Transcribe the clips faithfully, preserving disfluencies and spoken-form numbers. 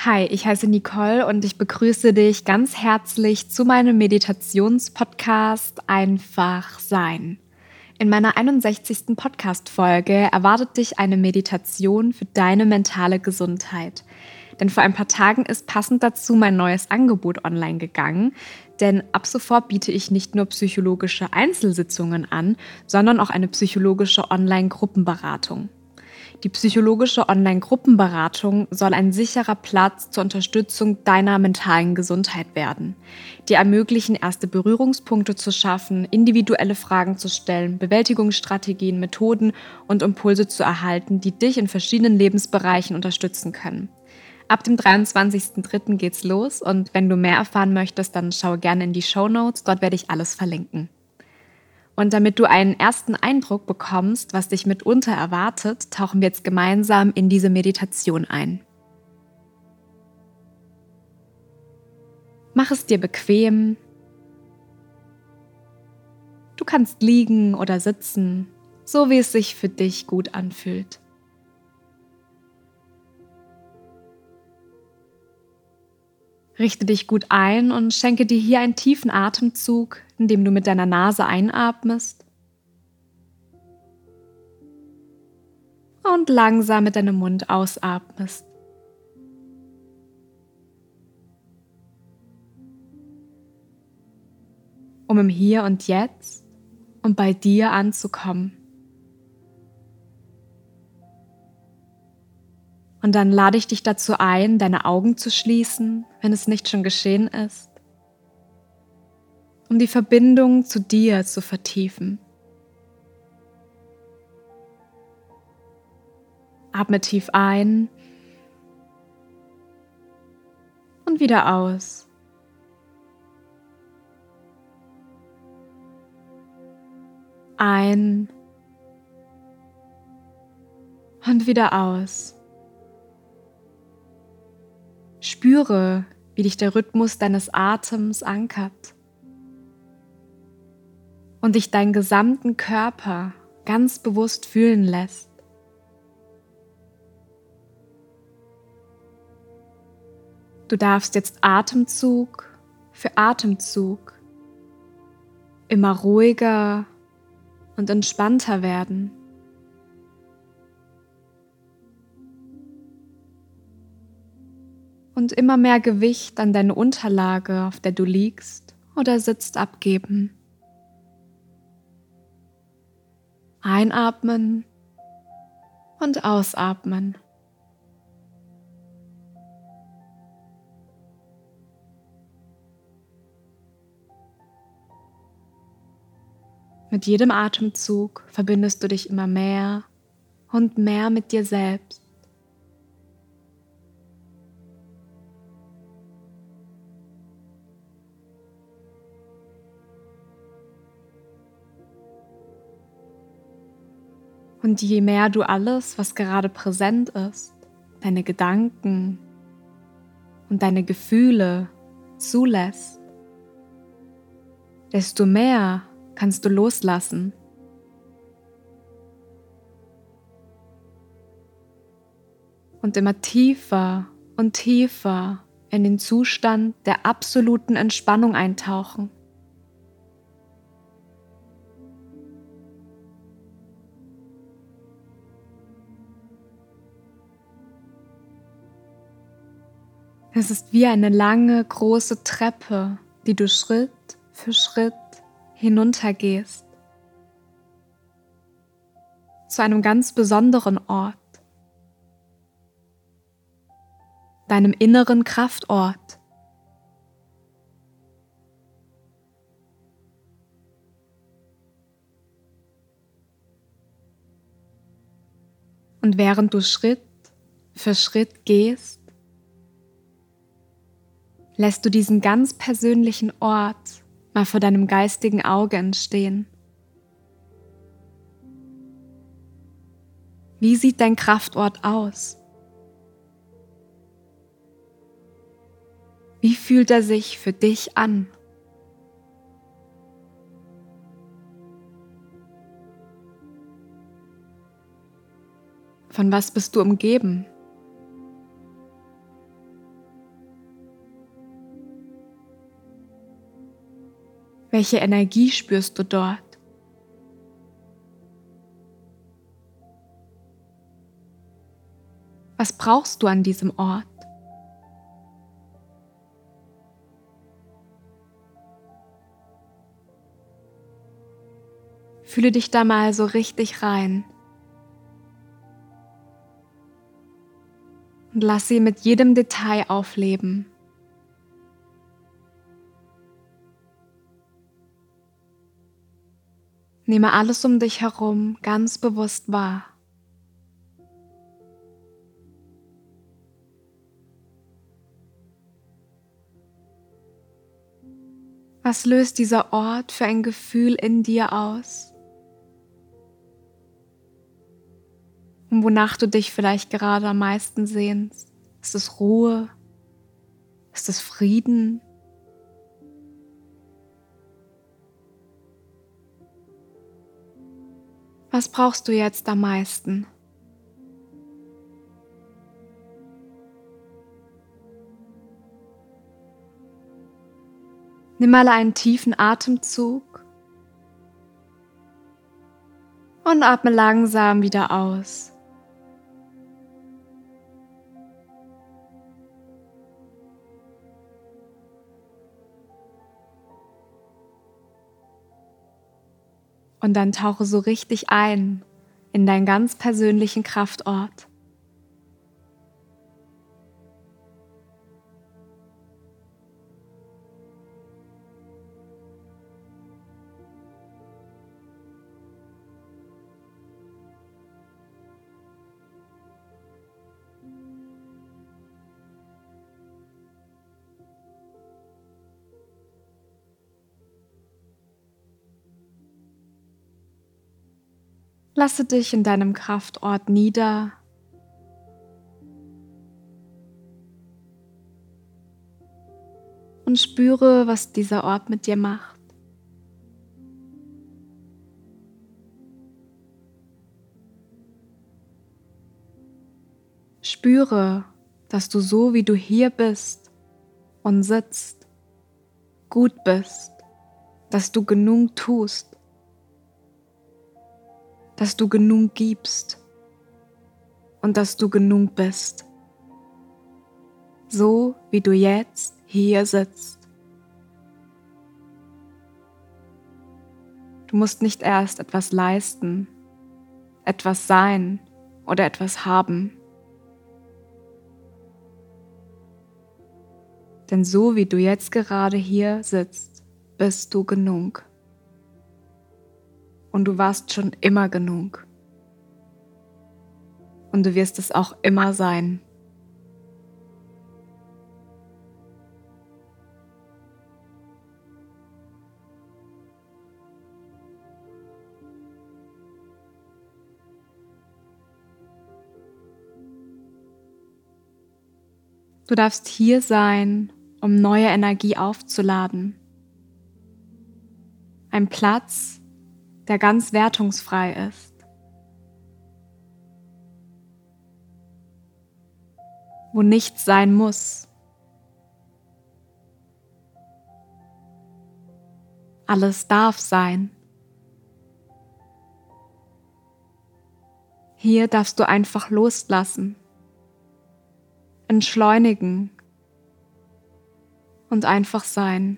Hi, ich heiße Nicole und ich begrüße dich ganz herzlich zu meinem Meditationspodcast Einfach Sein. In meiner einundsechzigsten Podcast-Folge erwartet dich eine Meditation für deine mentale Gesundheit. Denn vor ein paar Tagen ist passend dazu mein neues Angebot online gegangen, denn ab sofort biete ich nicht nur psychologische Einzelsitzungen an, sondern auch eine psychologische Online-Gruppenberatung. Die psychologische Online-Gruppenberatung soll ein sicherer Platz zur Unterstützung deiner mentalen Gesundheit werden. Dir ermöglichen, erste Berührungspunkte zu schaffen, individuelle Fragen zu stellen, Bewältigungsstrategien, Methoden und Impulse zu erhalten, die dich in verschiedenen Lebensbereichen unterstützen können. Ab dem dreiundzwanzigsten dritten geht's los und wenn du mehr erfahren möchtest, dann schau gerne in die Shownotes, dort werde ich alles verlinken. Und damit du einen ersten Eindruck bekommst, was dich mitunter erwartet, tauchen wir jetzt gemeinsam in diese Meditation ein. Mach es dir bequem. Du kannst liegen oder sitzen, so wie es sich für dich gut anfühlt. Richte dich gut ein und schenke dir hier einen tiefen Atemzug, indem du mit deiner Nase einatmest und langsam mit deinem Mund ausatmest. Um im Hier und Jetzt und bei dir anzukommen. Und dann lade ich dich dazu ein, deine Augen zu schließen, wenn es nicht schon geschehen ist, um die Verbindung zu dir zu vertiefen. Atme tief ein und wieder aus. Ein und wieder aus. Spüre, wie dich der Rhythmus deines Atems ankert und dich deinen gesamten Körper ganz bewusst fühlen lässt. Du darfst jetzt Atemzug für Atemzug immer ruhiger und entspannter werden. Und immer mehr Gewicht an deine Unterlage, auf der du liegst oder sitzt, abgeben. Einatmen und ausatmen. Mit jedem Atemzug verbindest du dich immer mehr und mehr mit dir selbst. Und je mehr du alles, was gerade präsent ist, deine Gedanken und deine Gefühle zulässt, desto mehr kannst du loslassen. Und immer tiefer und tiefer in den Zustand der absoluten Entspannung eintauchen. Es ist wie eine lange, große Treppe, die du Schritt für Schritt hinuntergehst. Zu einem ganz besonderen Ort. Deinem inneren Kraftort. Und während du Schritt für Schritt gehst, lässt du diesen ganz persönlichen Ort mal vor deinem geistigen Auge entstehen. Wie sieht dein Kraftort aus? Wie fühlt er sich für dich an? Von was bist du umgeben? Welche Energie spürst du dort? Was brauchst du an diesem Ort? Fühle dich da mal so richtig rein und lass sie mit jedem Detail aufleben. Nehme alles um dich herum ganz bewusst wahr. Was löst dieser Ort für ein Gefühl in dir aus? Und wonach du dich vielleicht gerade am meisten sehnst? Ist es Ruhe? Ist es Frieden? Was brauchst du jetzt am meisten? Nimm mal einen tiefen Atemzug und atme langsam wieder aus. Und dann tauche so richtig ein in deinen ganz persönlichen Kraftort. Lasse dich in deinem Kraftort nieder und spüre, was dieser Ort mit dir macht. Spüre, dass du so, wie du hier bist und sitzt, gut bist, dass du genug tust, dass du genug gibst und dass du genug bist. So wie du jetzt hier sitzt. Du musst nicht erst etwas leisten, etwas sein oder etwas haben. Denn so wie du jetzt gerade hier sitzt, bist du genug. Und du warst schon immer genug. Und du wirst es auch immer sein. Du darfst hier sein, um neue Energie aufzuladen. Ein Platz, der ganz wertungsfrei ist. Wo nichts sein muss. Alles darf sein. Hier darfst du einfach loslassen, entschleunigen und einfach sein.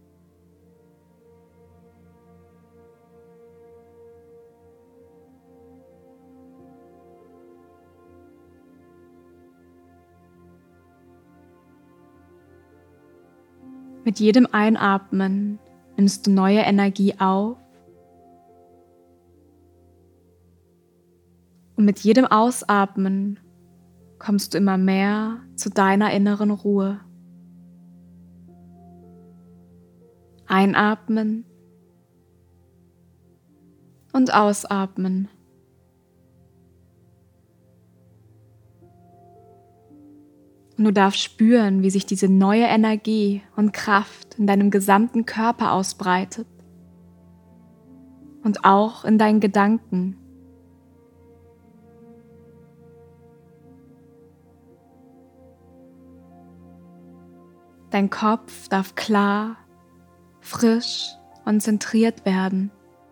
Mit jedem Einatmen nimmst du neue Energie auf und mit jedem Ausatmen kommst du immer mehr zu deiner inneren Ruhe. Einatmen und ausatmen. Und du darfst spüren, wie sich diese neue Energie und Kraft in deinem gesamten Körper ausbreitet und auch in deinen Gedanken. Dein Kopf darf klar, frisch und zentriert werden.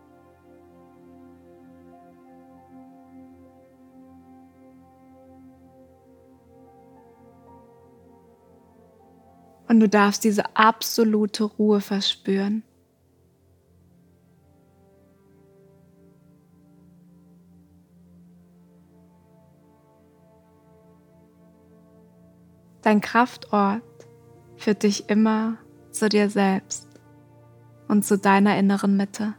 Und du darfst diese absolute Ruhe verspüren. Dein Kraftort führt dich immer zu dir selbst und zu deiner inneren Mitte.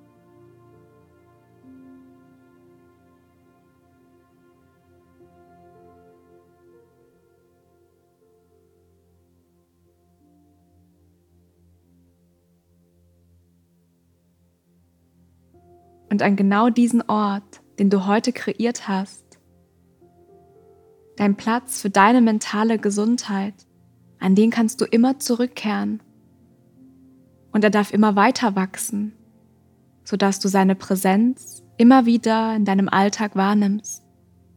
Und an genau diesen Ort, den du heute kreiert hast, dein Platz für deine mentale Gesundheit, an den kannst du immer zurückkehren. Und er darf immer weiter wachsen, sodass du seine Präsenz immer wieder in deinem Alltag wahrnimmst.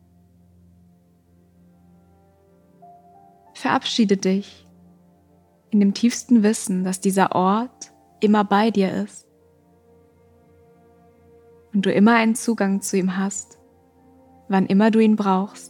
Verabschiede dich in dem tiefsten Wissen, dass dieser Ort immer bei dir ist. Und du immer einen Zugang zu ihm hast, wann immer du ihn brauchst.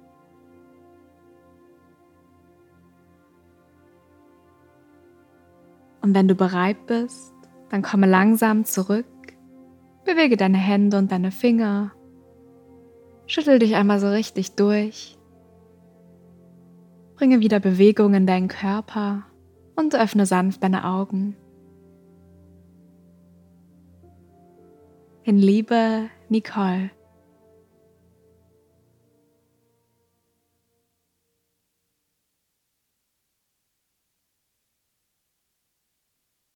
Und wenn du bereit bist, dann komme langsam zurück, bewege deine Hände und deine Finger, schüttel dich einmal so richtig durch, bringe wieder Bewegung in deinen Körper und öffne sanft deine Augen. In Liebe, Nicole.